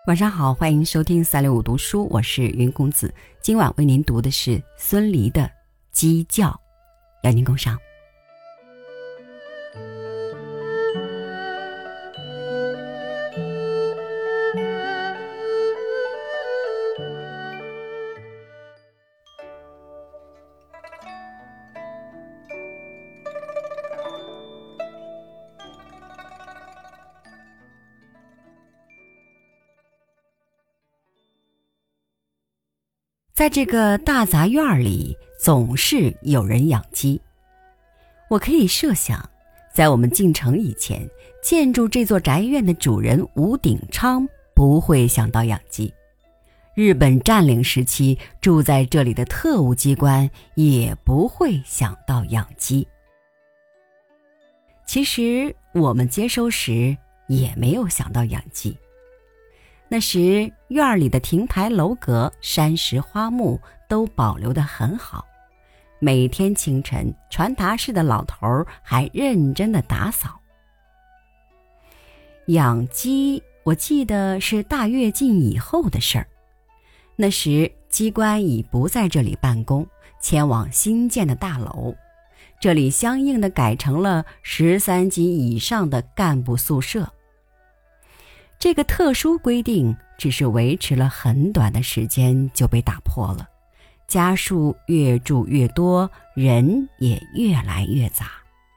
晚上好，欢迎收听365读书，我是云公子。今晚为您读的是孙犁的《鸡叫》，邀您共赏。在这个大杂院里，总是有人养鸡。我可以设想，在我们进城以前，建筑这座宅院的主人吴鼎昌不会想到养鸡。日本占领时期住在这里的特务机关也不会想到养鸡。其实我们接收时也没有想到养鸡。那时院里的亭台楼阁、山石花木都保留得很好，每天清晨传达室的老头还认真地打扫。养鸡我记得是大跃进以后的事儿，那时机关已不在这里办公，迁往新建的大楼，这里相应的改成了13级以上的干部宿舍。这个特殊规定只是维持了很短的时间就被打破了，家数越住越多，人也越来越杂。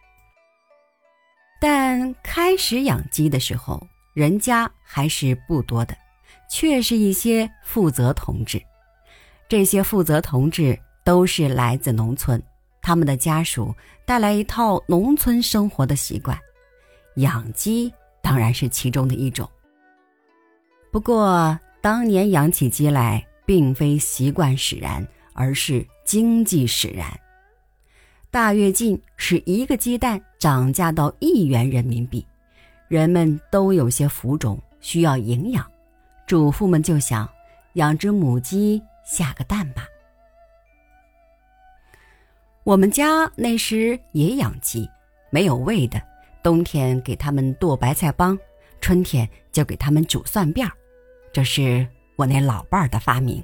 但开始养鸡的时候，人家还是不多的，却是一些负责同志。这些负责同志都是来自农村，他们的家属带来一套农村生活的习惯，养鸡当然是其中的一种。不过当年养起鸡来并非习惯使然，而是经济使然。大跃进使一个鸡蛋涨价到1元人民币，人们都有些浮肿，需要营养，主妇们就想养只母鸡下个蛋吧。我们家那时也养鸡，没有喂的，冬天给他们剁白菜帮，春天就给他们煮蒜瓣，这是我那老伴儿的发明。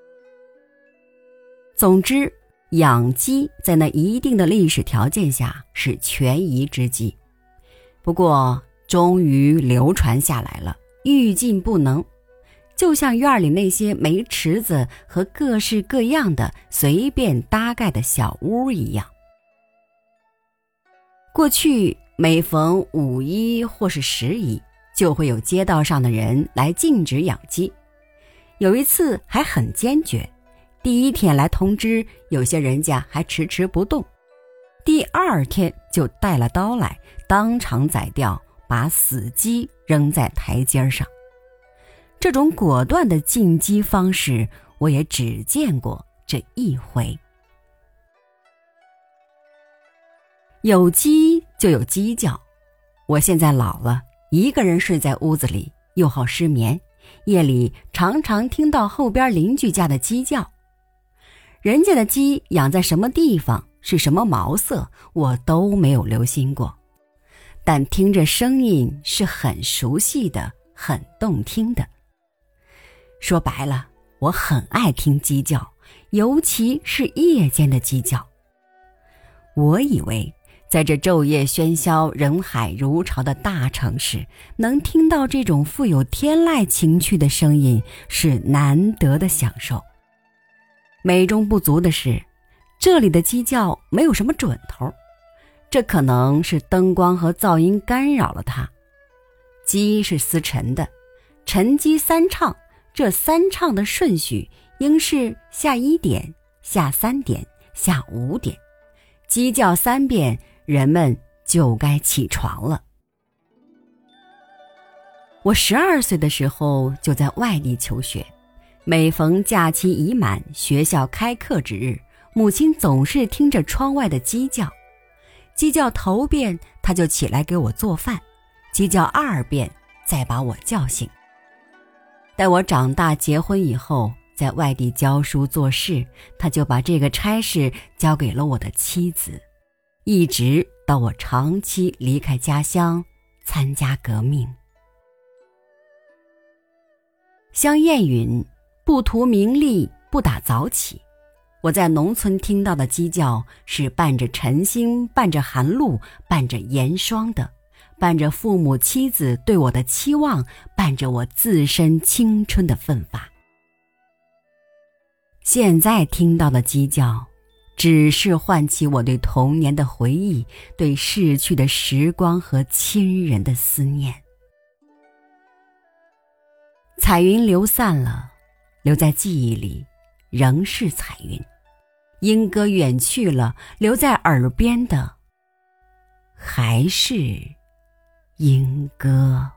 总之，养鸡在那一定的历史条件下是权宜之计。不过终于流传下来了，欲禁不能，就像院里那些煤池子和各式各样的随便搭盖的小屋一样。过去每逢5一或是10一，就会有街道上的人来禁止养鸡。有一次还很坚决，第一天来通知，有些人家还迟迟不动，第2天就带了刀来，当场宰掉，把死鸡扔在台阶上。这种果断的禁鸡方式，我也只见过这一回。有鸡就有鸡叫，我现在老了，一个人睡在屋子里，又好失眠，夜里常常听到后边邻居家的鸡叫。人家的鸡养在什么地方，是什么毛色，我都没有留心过，但听着声音是很熟悉的，很动听的。说白了，我很爱听鸡叫，尤其是夜间的鸡叫。我以为在这昼夜喧嚣、人海如潮的大城市，能听到这种富有天籁情趣的声音是难得的享受。美中不足的是，这里的鸡叫没有什么准头，这可能是灯光和噪音干扰了它。鸡是司晨的，晨鸡3唱，这3唱的顺序应是下1点、下3点、下5点，鸡叫3遍，人们就该起床了。我12岁的时候就在外地求学，每逢假期已满，学校开课之日，母亲总是听着窗外的鸡叫。鸡叫头遍，她就起来给我做饭，鸡叫2遍，再把我叫醒。待我长大结婚以后，在外地教书做事，他就把这个差事交给了我的妻子，一直到我长期离开家乡参加革命。 像谚语，不图名利，不打早起。我在农村听到的鸡叫是伴着晨星，伴着寒露，伴着严霜的，伴着父母妻子对我的期望，伴着我自身青春的奋发。现在听到的鸡叫，只是唤起我对童年的回忆，对逝去的时光和亲人的思念。彩云流散了，留在记忆里仍是彩云。莺歌远去了，留在耳边的还是莺歌。